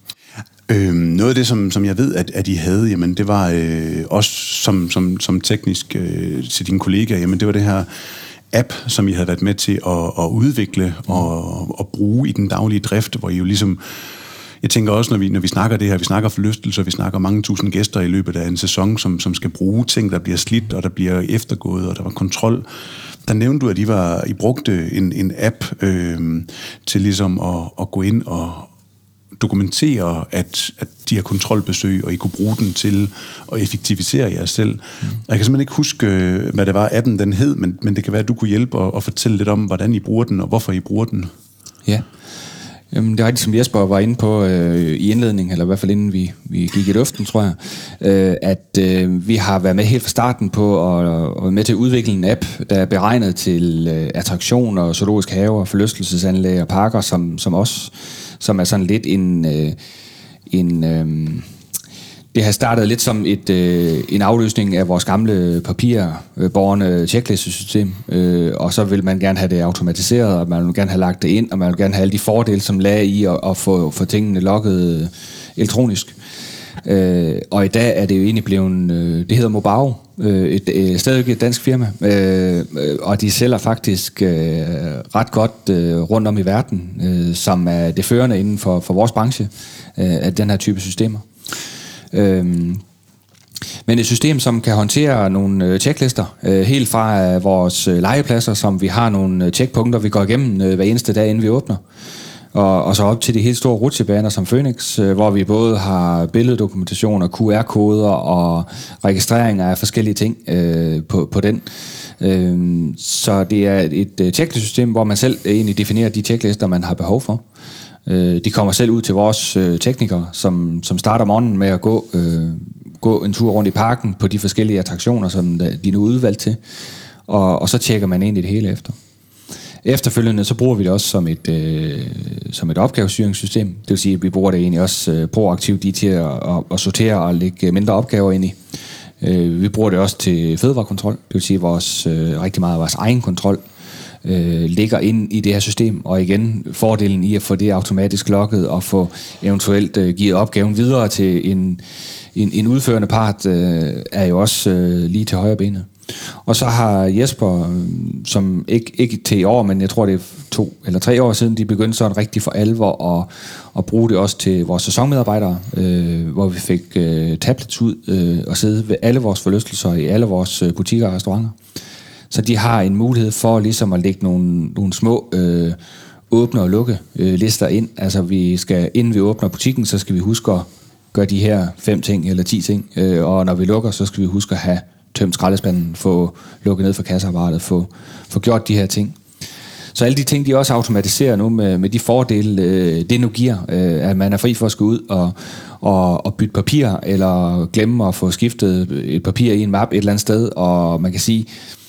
Øhm, noget af det, som, som jeg ved, at, at I havde, jamen, det var øh, også som, som, som teknisk øh, til dine kollegaer, jamen, det var det her app, som I havde været med til at, at udvikle og at bruge i den daglige drift, hvor I jo ligesom, jeg tænker også, når vi, når vi snakker det her, vi snakker forlystelse, vi snakker mange tusind gæster i løbet af en sæson, som, som skal bruge ting, der bliver slidt, og der bliver eftergået, og der var kontrol. Der nævnte du, at I, var, I brugte en, en app øh, til ligesom at, at gå ind og dokumentere, at, at de her kontrolbesøg, og I kunne bruge den til at effektivisere jer selv. Mm. Jeg kan simpelthen ikke huske, hvad det var, appen den hed, men, men det kan være, at du kunne hjælpe og, og fortælle lidt om, hvordan I bruger den, og hvorfor I bruger den. Ja, Jamen, det er rigtigt, som Jesper var inde på øh, i indledningen, eller i hvert fald inden vi, vi gik i luften, tror jeg, øh, at øh, vi har været med helt fra starten på at, og med til at udvikle en app, der er beregnet til øh, attraktioner, zoologiske haver, forlystelsesanlæg og parker, som, som os, som er sådan lidt en... Øh, en øh, det har startet lidt som et, øh, en afløsning af vores gamle papirbårne checklistesystem, øh, og så vil man gerne have det automatiseret, og man vil gerne have lagt det ind, og man vil gerne have alle de fordele, som lag i at, at få, få tingene logget øh, elektronisk. Øh, og i dag er det jo egentlig blevet, øh, det hedder Mobao, øh, et, et, stadig et dansk firma, øh, og de sælger faktisk øh, ret godt øh, rundt om i verden, øh, som er det førende inden for, for vores branche øh, af den her type systemer. Øhm, men et system, som kan håndtere nogle øh, checklister, øh, helt fra øh, vores øh, legepladser, som vi har nogle øh, checkpunkter, vi går igennem øh, hver eneste dag, inden vi åbner, og, og så op til de helt store rutsjebaner som Phoenix, øh, hvor vi både har billeddokumentation og Q R-koder og registreringer af forskellige ting øh, på, på den. Øh, så det er et øh, checklistesystem, hvor man selv egentlig definerer de checklister, man har behov for. De kommer selv ud til vores øh, teknikere, som, som starter morgenen med at gå, øh, gå en tur rundt i parken på de forskellige attraktioner, som de nu er udvalgt til, og, og så tjekker man egentlig det hele efter. Efterfølgende så bruger vi det også som et, øh, som et opgavestyringssystem. Det vil sige, at vi bruger det egentlig også øh, proaktivt i til at, at, at sortere og lægge mindre opgaver ind i. Øh, vi bruger det også til fødevarekontrol, det vil sige vores, øh, rigtig meget af vores egen kontrol, Øh, ligger ind i det her system, og igen fordelen i at få det automatisk logget og få eventuelt øh, givet opgaven videre til en, en, en udførende part øh, er jo også øh, lige til højre benet. Og så har Jesper, som ikke, ikke til i år, men jeg tror det er to eller tre år siden, de begyndte sådan rigtig for alvor at, at bruge det også til vores sæsonmedarbejdere, øh, hvor vi fik øh, tablets ud øh, og sidde ved alle vores forlystelser i alle vores øh, butikker og restauranter. Så de har en mulighed for ligesom at lægge nogle, nogle små øh, åbne og lukke øh, lister ind. Altså vi skal, inden vi åbner butikken, så skal vi huske at gøre de her fem ting eller ti ting, øh, og når vi lukker, så skal vi huske at have tømt skraldespanden, få lukket ned for kasseapparatet, få, få gjort de her ting. Så alle de ting, de også automatiserer nu med, med de fordele, øh, det nu giver, øh, at man er fri for at skulle ud og, og, og bytte papir, eller glemme at få skiftet et papir i en map et eller andet sted, og man kan sige,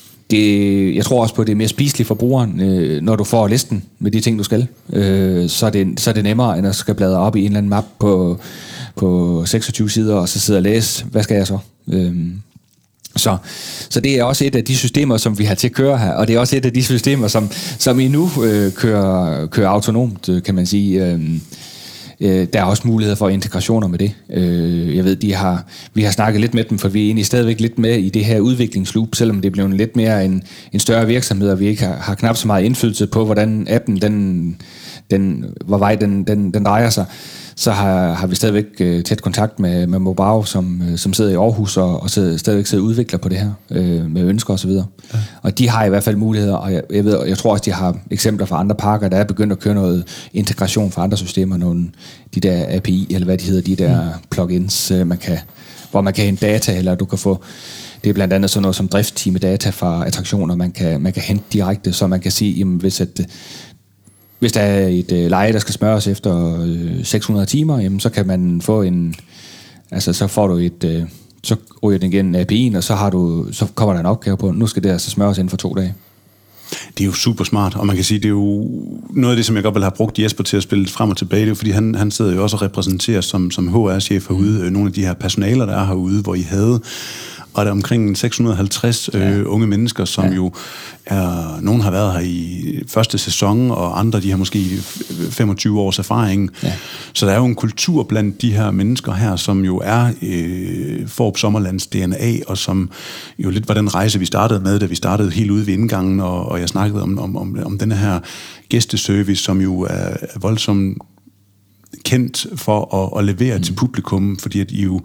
det, jeg tror også på, at det er mere spiseligt for brugeren, øh, når du får listen med de ting, du skal. Øh, så, er det, så er det nemmere, end at skal bladre op i en eller anden map på, på seksogtyve sider, og så sidde og læse, hvad skal jeg så? Øh, Så, så det er også et af de systemer, som vi har til at køre her, og det er også et af de systemer, som, som I nu øh, kører, kører autonomt, kan man sige. Øh, øh, der er også muligheder for integrationer med det. Øh, jeg ved, de har, vi har snakket lidt med dem, for vi er egentlig stadigvæk lidt med i det her udviklingsloop, selvom det er blevet lidt mere en, en større virksomhed, og vi ikke har, har knap så meget indflydelse på, hvordan appen, den, den, hvor vej den, den, den drejer sig. Så har, har vi stadigvæk øh, tæt kontakt med, med Mobao, som, øh, som sidder i Aarhus og, og sidder, stadigvæk sidder og udvikler på det her, øh, med ønsker osv. Ja. Og de har i hvert fald muligheder, og jeg, jeg, ved, jeg tror også, de har eksempler fra andre parker, der er begyndt at køre noget integration fra andre systemer, nogle, de der A P I, eller hvad de hedder, de der mm. plugins, øh, man kan, hvor man kan hente data, eller du kan få, det er blandt andet sådan noget som driftteam-data fra attraktioner, man kan, man kan hente direkte, så man kan sige, jamen, hvis at Hvis der er et øh, leje, der skal smøres efter øh, seks hundrede timer, jamen, så kan man få en, altså så får du et, øh, så ryger den igen A P I'en, og så har du, så kommer der en opgave på, nu skal det altså smøres inden for to dage. Det er jo super smart, og man kan sige, det er jo noget af det, som jeg godt vil have brugt Jesper til at spille frem og tilbage, det er, fordi han, han sidder jo også og repræsenterer som, som H R-chef herude, mm. nogle af de her personaler, der er herude, hvor I havde, og der er omkring seks hundrede og halvtreds ja. øh, unge mennesker, som ja. jo er, nogen har været her i første sæson, og andre, de har måske femogtyve års erfaring. Ja. Så der er jo en kultur blandt de her mennesker her, som jo er øh, Fårup Sommerlands D N A, og som jo lidt var den rejse, vi startede med, da vi startede helt ude ved indgangen, og, og jeg snakkede om, om, om, om denne her gæsteservice, som jo er, er voldsomt kendt for at, at levere mm. til publikum, fordi at I jo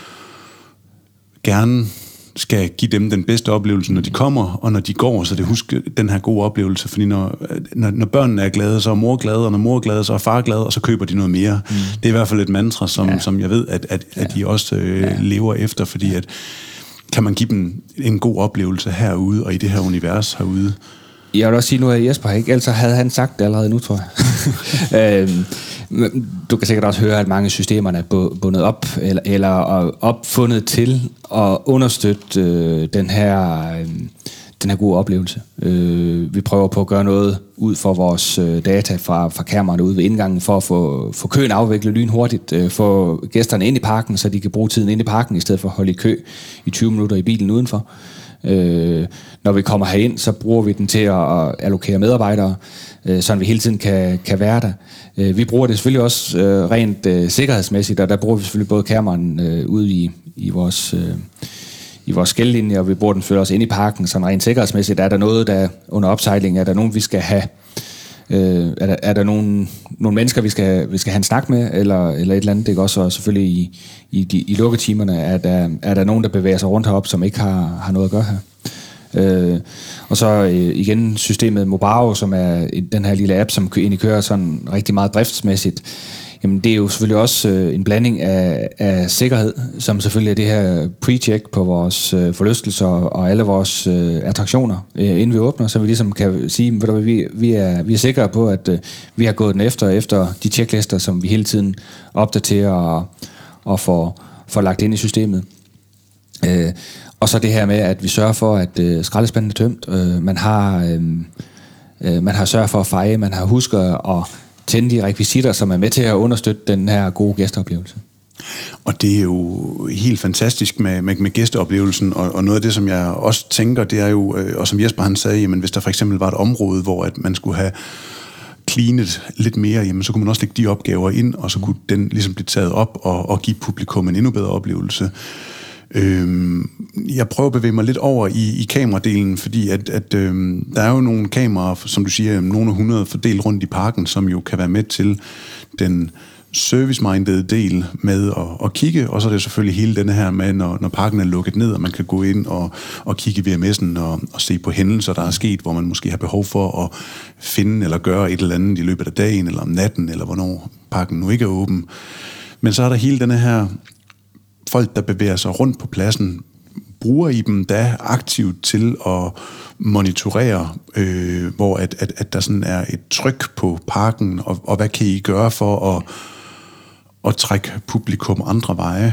gerne skal give dem den bedste oplevelse, når de kommer, og når de går, så det husker den her gode oplevelse, fordi når, når, når børnene er glade, så er mor glad, og når mor er glad, så er far glad, og så køber de noget mere. Mm. Det er i hvert fald et mantra, som, ja. som jeg ved, at, at, at de også øh, ja. lever efter, fordi at kan man give dem en god oplevelse herude, og i det her univers herude. Jeg vil også sige, nu er Jesper ikke, ellers havde han sagt det allerede nu, tror jeg. øhm, du kan sikkert også høre, at mange systemerne er bundet op, eller, eller opfundet til at understøtte øh, den her... Øh, den her gode oplevelse. Øh, vi prøver på at gøre noget ud for vores øh, data fra, fra kameraerne ude ved indgangen, for at få, få køen afviklet lynhurtigt, øh, få gæsterne ind i parken, så de kan bruge tiden ind i parken, i stedet for at holde i kø i tyve minutter i bilen udenfor. Øh, når vi kommer herind, så bruger vi den til at allokere medarbejdere, øh, så vi hele tiden kan, kan være der. Øh, vi bruger det selvfølgelig også øh, rent øh, sikkerhedsmæssigt, og der bruger vi selvfølgelig både kameraen øh, ude i, i vores... Øh, i vores skællinje, og vi bruger den selvfølgelig også ind i parken, så rent sikkerhedsmæssigt er der noget, der under opsejling, er der nogen, vi skal have, øh, er der, er der nogen, nogle mennesker, vi skal, vi skal have en snak med, eller, eller et eller andet, det er også, og selvfølgelig i, i, de, i lukketimerne, er der, er der nogen, der bevæger sig rundt heroppe, som ikke har, har noget at gøre her. Øh, og så øh, igen systemet Mobao, som er den her lille app, som egentlig kører sådan rigtig meget driftsmæssigt. Jamen, det er jo selvfølgelig også øh, en blanding af, af sikkerhed, som selvfølgelig er det her pre-check på vores øh, forlystelser og alle vores øh, attraktioner, øh, inden vi åbner, så vi ligesom kan sige, ved du, vi, vi, er, vi er sikre på, at øh, vi har gået den efter, efter de checklister, som vi hele tiden opdaterer og, og får, får lagt ind i systemet. Øh, og så det her med, at vi sørger for, at øh, skraldespanden er tømt. Øh, man har øh, øh, man har sørget for at feje, man har husket at tænde de rekvisitter, som er med til at understøtte den her gode gæsteoplevelse. Og det er jo helt fantastisk med, med, med gæsteoplevelsen, og, og noget af det, som jeg også tænker, det er jo, og som Jesper han sagde, jamen, hvis der for eksempel var et område, hvor at man skulle have cleanet lidt mere, jamen, så kunne man også lægge de opgaver ind, og så kunne den ligesom blive taget op og, og give publikum en endnu bedre oplevelse. Øhm, jeg prøver at bevæge mig lidt over i, i kameradelen, fordi at, at øhm, der er jo nogle kameraer, som du siger, nogle af hundrede fordelt rundt i parken, som jo kan være med til den service-minded del med at, at kigge, og så er det selvfølgelig hele denne her med, når, når parken er lukket ned, og man kan gå ind og, og kigge i V M S'en og, og se på hændelser, der er sket, hvor man måske har behov for at finde eller gøre et eller andet i løbet af dagen, eller om natten, eller hvornår parken nu ikke er åben. Men så er der hele denne her folk, der bevæger sig rundt på pladsen. Bruger I dem da aktivt til at monitorere, øh, hvor at, at, at der sådan er et tryk på parken, og, og hvad kan I gøre for at, at trække publikum andre veje?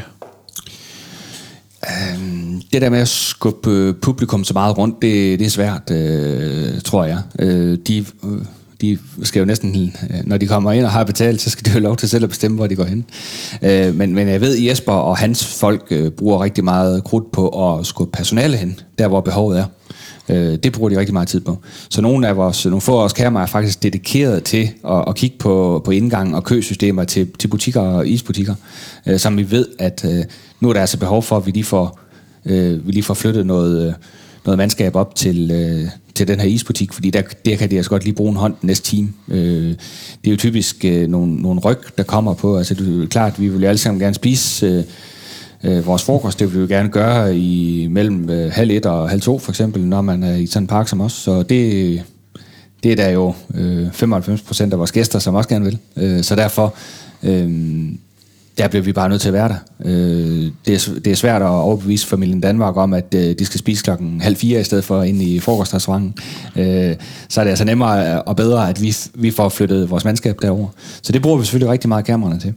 Um, det der med at skubbe publikum så meget rundt, det, det er svært, øh, tror jeg. Øh, de... Øh De skal jo næsten, når de kommer ind og har betalt, så skal de jo lov til selv at bestemme, hvor de går hen. Men, men jeg ved, at Jesper og hans folk bruger rigtig meget krudt på at skubbe personale hen, der hvor behovet er. Det bruger de rigtig meget tid på. Så nogle af vores, nogle få af vores kameraer er faktisk dedikeret til at, at kigge på, på indgang og køsystemer til, til butikker og isbutikker, som vi ved, at nu er der altså behov for, at vi lige får, vi lige får flyttet noget, noget mandskab op til, til den her isbutik, fordi der, der kan de altså godt lige bruge en hånd næste time. Øh, det er jo typisk øh, nogle, nogle ryg, der kommer på. Altså det er klart, vi vil jo alle sammen gerne spise øh, øh, vores frokost. Det vil vi jo gerne gøre i mellem øh, halv et og halv to, for eksempel, når man er i sådan en park som os. Så det, det er der jo øh, femoghalvfems procent af vores gæster, som også gerne vil. Øh, så derfor øh, der bliver vi bare nødt til at være der. Øh, det, er, det er svært at overbevise familien Danmark om, at øh, de skal spise klokken halv fire i stedet for ind i frokostrestauranten. Øh, så er det altså nemmere og bedre, at vi, vi får flyttet vores mandskab derover. Så det bruger vi selvfølgelig rigtig meget kameraerne til.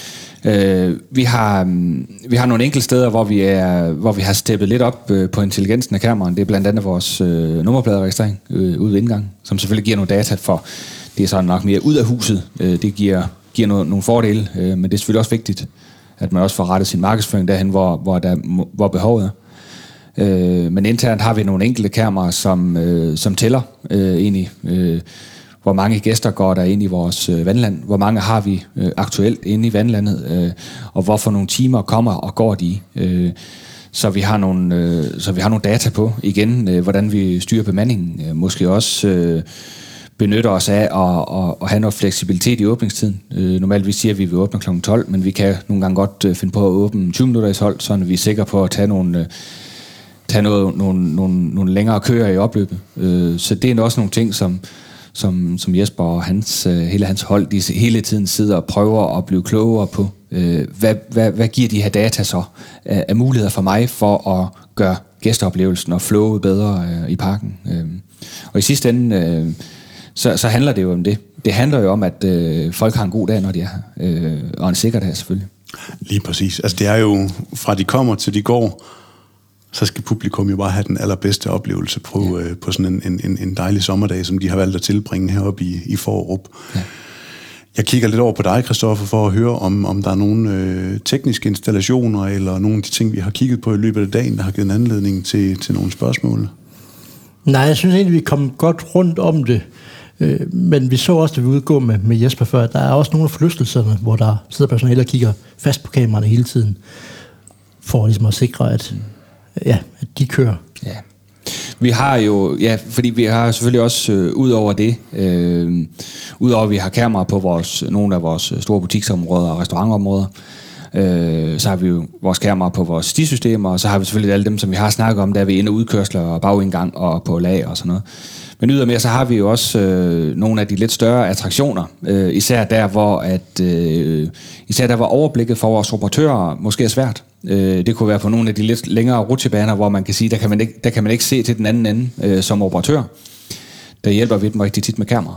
Øh, vi, har, vi har nogle enkelte steder, hvor vi, er, hvor vi har steppet lidt op øh, på intelligensen af kameraerne. Det er blandt andet vores øh, nummerpladeregistrering øh, ude ved indgangen, som selvfølgelig giver nogle data for, det er så nok mere ud af huset. Øh, det giver... giver nogle, nogle fordele, øh, men det er selvfølgelig også vigtigt, at man også får rettet sin markedsføring derhen, hvor, hvor, der, hvor behovet er. Øh, men internt har vi nogle enkelte kameraer, som, øh, som tæller øh, egentlig, øh, hvor mange gæster går der ind i vores øh, vandland, hvor mange har vi øh, aktuelt inde i vandlandet, øh, og hvorfor nogle timer kommer og går de i. Øh, så vi har nogle, øh, så vi har nogle data på, igen, øh, hvordan vi styrer bemandingen, øh, måske også... Øh, benytter os af at, at, at have noget fleksibilitet i åbningstiden. Øh, normalt vi siger, at vi vil åbne klokken tolv, men vi kan nogle gange godt øh, finde på at åbne tyve minutter i tolv, så vi er sikre på at tage nogle, øh, tage noget, nogle, nogle, nogle længere køer i opløbet. Øh, så det er også nogle ting, som, som, som Jesper og hans, øh, hele hans hold de hele tiden sidder og prøver at blive klogere på. Øh, hvad, hvad, hvad giver de her data så af, af muligheder for mig for at gøre gæsteoplevelsen og flowet bedre øh, i parken? Øh, og i sidste ende... Øh, Så, så handler det jo om det. Det handler jo om, at øh, folk har en god dag, når de er her. Øh, og en sikker dag, selvfølgelig. Lige præcis. Altså det er jo, fra de kommer til de går, så skal publikum jo bare have den allerbedste oplevelse på, ja. øh, på sådan en, en, en dejlig sommerdag, som de har valgt at tilbringe heroppe i, i Fårup. Ja. Jeg kigger lidt over på dig, Christoffer, for at høre, om, om der er nogle øh, tekniske installationer, eller nogle af de ting, vi har kigget på i løbet af dagen, der har givet en anledning til, til nogle spørgsmål. Nej, jeg synes egentlig, vi kom godt rundt om det. Men vi så også, da vi udgår med, med Jesper før, der er også nogle af forlystelserne, hvor der sidder personale og kigger fast på kameraerne hele tiden, for ligesom at sikre, at, ja, at de kører. Ja. Vi har jo, ja, fordi vi har selvfølgelig også, øh, ud over det, øh, ud over at vi har kameraer på vores, nogle af vores store butiksområder og restaurantområder, øh, så har vi jo vores kameraer på vores stisystemer, og så har vi selvfølgelig alle dem, som vi har snakket om, der ved ind- og udkørsler og bagindgang og på lag og sådan noget. Men ydermere så har vi jo også øh, nogle af de lidt større attraktioner, øh, især der hvor at øh, især der hvor overblikket for vores operatører måske er svært. Øh, det kunne være på nogle af de lidt længere rutsjebaner, hvor man kan sige, der kan man ikke, der kan man ikke se til den anden ende øh, som operatør. Der hjælper vi dem rigtig tit med kamera.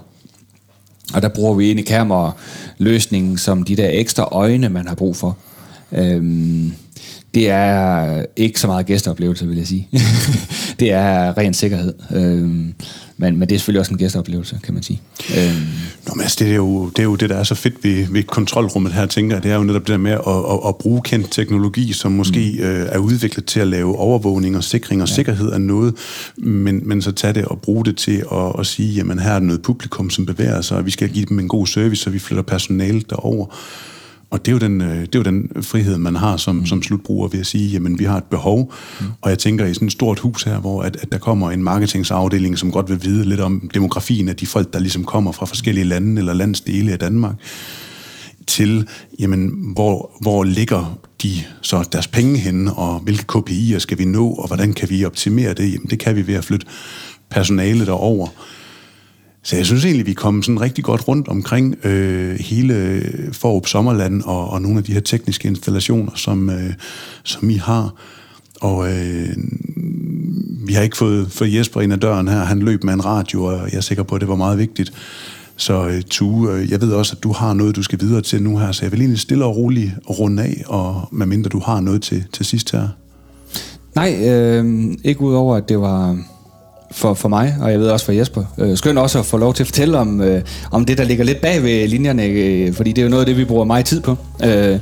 Og der bruger vi egentlig kameraløsningen som de der ekstra øjne, man har brug for. Øhm, det er ikke så meget gæsteoplevelse, vil jeg sige. Det er ren sikkerhed. Øhm, men, men det er selvfølgelig også en gæsteoplevelse, kan man sige. Øhm. Nå, men altså, det, er jo, det er jo det, der er så fedt ved, ved kontrolrummet her, tænker jeg. Det er jo netop det der med at, at, at bruge kendt teknologi, som måske mm. øh, er udviklet til at lave overvågning og sikring og ja. sikkerhed af noget, men, men så tage det og bruge det til at, at sige, jamen her er noget publikum, som bevæger sig, og vi skal give dem en god service, så vi flytter personalet derover. Og det er jo den, det er jo den frihed, man har som, mm. som slutbruger ved at sige, jamen vi har et behov, mm. og jeg tænker i sådan et stort hus her, hvor at, at der kommer en marketingsafdeling, som godt vil vide lidt om demografien af de folk, der ligesom kommer fra forskellige lande eller landsdele af Danmark, til, jamen, hvor, hvor ligger de så deres penge henne, og hvilke K P I'er skal vi nå, og hvordan kan vi optimere det? Jamen, det kan vi ved at flytte personalet derover. Så jeg synes egentlig, vi kom sådan rigtig godt rundt omkring øh, hele Fårup Sommerland og, og nogle af de her tekniske installationer, som, øh, som I har. Og øh, vi har ikke fået, fået Jesper ind ad døren her. Han løb med en radio, og jeg er sikker på, at det var meget vigtigt. Så øh, Tue, øh, jeg ved også, at du har noget, du skal videre til nu her, så jeg vil egentlig stille og roligt runde af, og medmindre du har noget til, til sidst her. Nej, øh, ikke udover, at det var for, for mig, og jeg ved også for Jesper. Øh, skønt også at få lov til at fortælle om, øh, om det, der ligger lidt bag ved linjerne, øh, fordi det er jo noget af det, vi bruger meget tid på. Øh,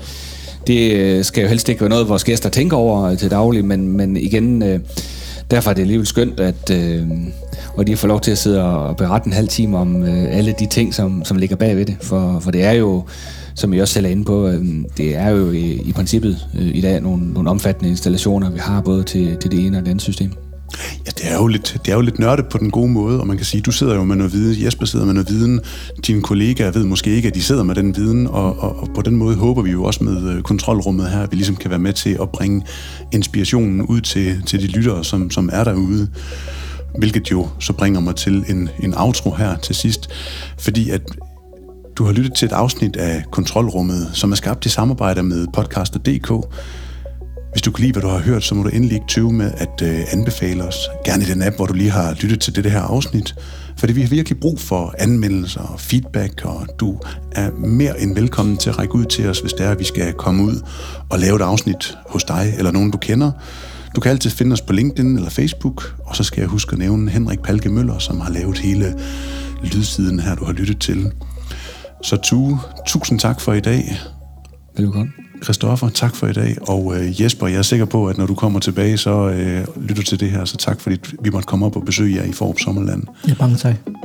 det skal jo helst ikke være noget, vores gæster tænker over til daglig, men, men igen, øh, derfor er det alligevel skønt, at øh, og de får lov til at sidde og berette en halv time om øh, alle de ting, som, som ligger bag ved det. For, for det er jo, som I også selv er inde på, øh, det er jo i, i princippet øh, i dag nogle, nogle omfattende installationer, vi har både til, til det ene og det andet system. Ja, det er jo lidt, det er jo lidt nørdet på den gode måde, og man kan sige, du sidder jo med noget viden, Jesper sidder med noget viden, dine kollegaer ved måske ikke, at de sidder med den viden, og, og, og på den måde håber vi jo også med kontrolrummet her, at vi ligesom kan være med til at bringe inspirationen ud til, til de lyttere, som, som er derude. Hvilket jo så bringer mig til en, en outro her til sidst, fordi at du har lyttet til et afsnit af Kontrolrummet, som er skabt i samarbejde med podcaster punktum d k. Hvis du kan lide, hvad du har hørt, så må du endelig ikke tøve med at øh, anbefale os. Gerne i den app, hvor du lige har lyttet til det her afsnit. Fordi vi har virkelig brug for anmeldelser og feedback, og du er mere end velkommen til at række ud til os, hvis det er, at vi skal komme ud og lave et afsnit hos dig eller nogen, du kender. Du kan altid finde os på LinkedIn eller Facebook, og så skal jeg huske at nævne Henrik Palke Møller, som har lavet hele lydsiden her, du har lyttet til. Så Tue, tusind tak for i dag. Velkommen. Christoffer, tak for i dag. Og øh, Jesper, jeg er sikker på, at når du kommer tilbage, så øh, lytter til det her. Så tak, fordi vi måtte komme op og besøge jer i Fårup Sommerland. Ja, mange tak.